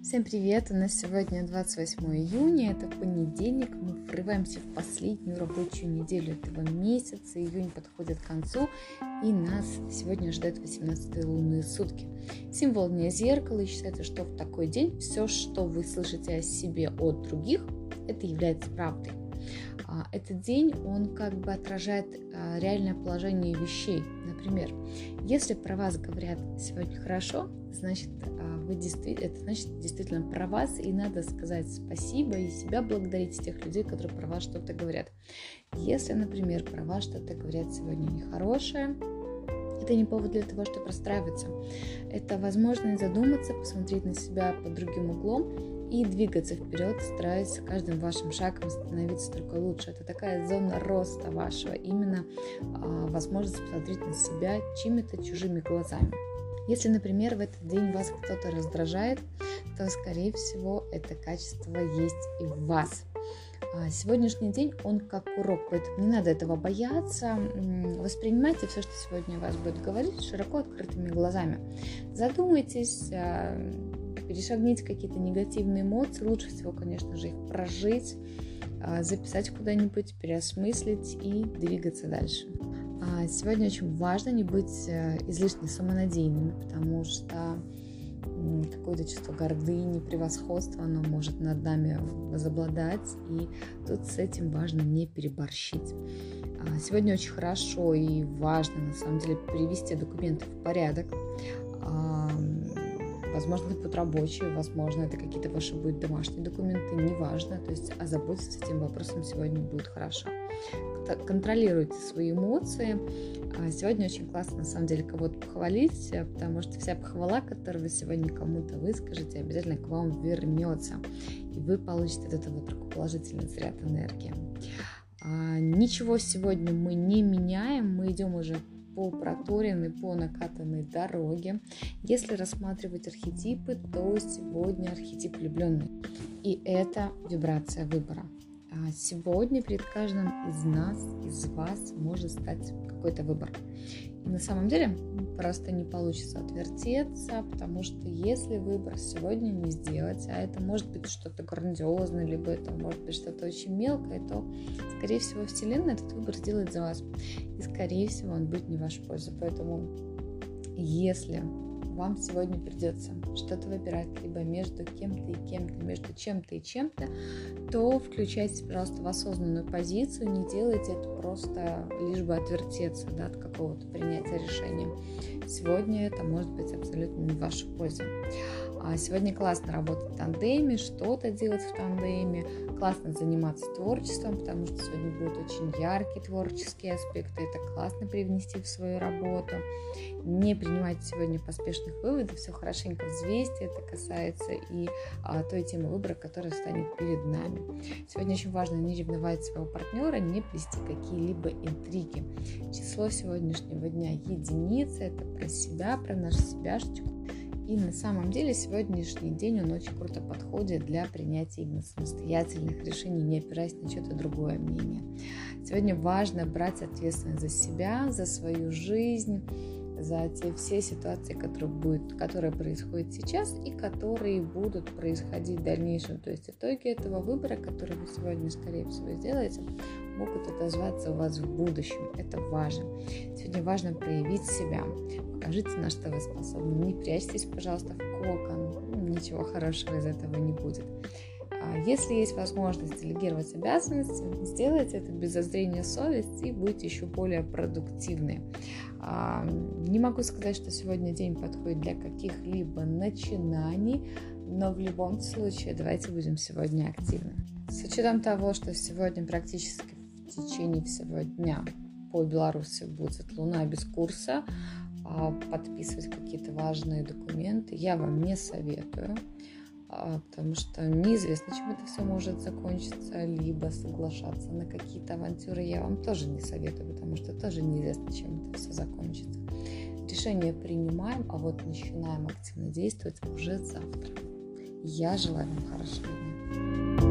Всем привет! У нас сегодня 28 июня, это понедельник, мы врываемся в последнюю рабочую неделю этого месяца, июнь подходит к концу, и нас сегодня ждет 18-е лунные сутки. Символ дня зеркала, и считается, что в такой день все, что вы слышите о себе от других, это является правдой. Этот день, он как бы отражает реальное положение вещей. Например, если про вас говорят сегодня хорошо, значит, это значит действительно про вас, и надо сказать спасибо и себя благодарить тех людей, которые про вас что-то говорят. Если, например, про вас что-то говорят сегодня нехорошее, это не повод для того, чтобы расстраиваться. Это возможность задуматься, посмотреть на себя под другим углом и двигаться вперед, стараясь с каждым вашим шагом становиться только лучше. Это такая зона роста вашего, именно возможность посмотреть на себя чьими-то чужими глазами. Если, например, в этот день вас кто-то раздражает, то, скорее всего, это качество есть и в вас. Сегодняшний день, он как урок, поэтому не надо этого бояться. Воспринимайте все, что сегодня вас будет говорить, широко открытыми глазами. Задумайтесь, перешагните какие-то негативные эмоции. Лучше всего, конечно же, их прожить, записать куда-нибудь, переосмыслить и двигаться дальше. Сегодня очень важно не быть излишне самонадеянными, потому что какое-то чувство гордыни, превосходства, оно может над нами возобладать, и тут с этим важно не переборщить. Сегодня очень хорошо и важно, на самом деле, привести документы в порядок. Возможно, это будут рабочие, возможно, это какие-то ваши будут домашние документы, неважно. То есть озаботиться этим вопросом сегодня будет хорошо. Контролируйте свои эмоции. Сегодня очень классно, на самом деле, кого-то похвалить, потому что вся похвала, которую вы сегодня кому-то выскажете, обязательно к вам вернется. И вы получите от этого только положительный заряд энергии. Ничего сегодня мы не меняем, мы идем уже по проторенной, по накатанной дороге. Если рассматривать архетипы, то сегодня архетип влюбленный. И это вибрация выбора. Сегодня перед каждым из нас, из вас может стать какой-то выбор. И на самом деле просто не получится отвертеться, потому что если выбор сегодня не сделать, а это может быть что-то грандиозное, либо это может быть что-то очень мелкое, то, скорее всего, Вселенная этот выбор сделает за вас. И, скорее всего, он будет не в вашу пользу. Поэтому, если вам сегодня придется что-то выбирать либо между кем-то и кем-то, между чем-то и чем-то, то включайтесь, пожалуйста, в осознанную позицию, не делайте это просто лишь бы отвертеться от какого-то принятия решения. Сегодня это может быть абсолютно не в вашу пользу. Сегодня классно работать в тандеме, что-то делать в тандеме, классно заниматься творчеством, потому что сегодня будут очень яркие творческие аспекты, это классно привнести в свою работу. Не принимайте сегодня поспешных выводов, все хорошенько взвесьте, это касается и той темы выбора, которая станет перед нами. Сегодня очень важно не ревновать своего партнера, не плести какие-либо интриги. Число сегодняшнего дня единица, это про себя, про нашу себяшечку. И на самом деле сегодняшний день он очень круто подходит для принятия именно самостоятельных решений, не опираясь на чье-то другое мнение. Сегодня важно брать ответственность за себя, за свою жизнь, за те все ситуации, которые происходят сейчас и которые будут происходить в дальнейшем. То есть итоги этого выбора, который вы сегодня, скорее всего, сделаете, могут отозваться у вас в будущем. Это важно. Сегодня важно проявить себя. Покажите, на что вы способны. Не прячьтесь, пожалуйста, в кокон. Ничего хорошего из этого не будет. Если есть возможность делегировать обязанности, сделайте это без зазрения совести и будете еще более продуктивны. Не могу сказать, что сегодня день подходит для каких-либо начинаний, но в любом случае давайте будем сегодня активны. С учетом того, что сегодня практически в течение всего дня по Беларуси будет луна без курса, подписывать какие-то важные документы я вам не советую, потому что неизвестно, чем это все может закончиться, либо соглашаться на какие-то авантюры я вам тоже не советую, потому что тоже неизвестно, чем это все закончится. Решение принимаем, а вот начинаем активно действовать уже завтра. Я желаю вам хорошего дня.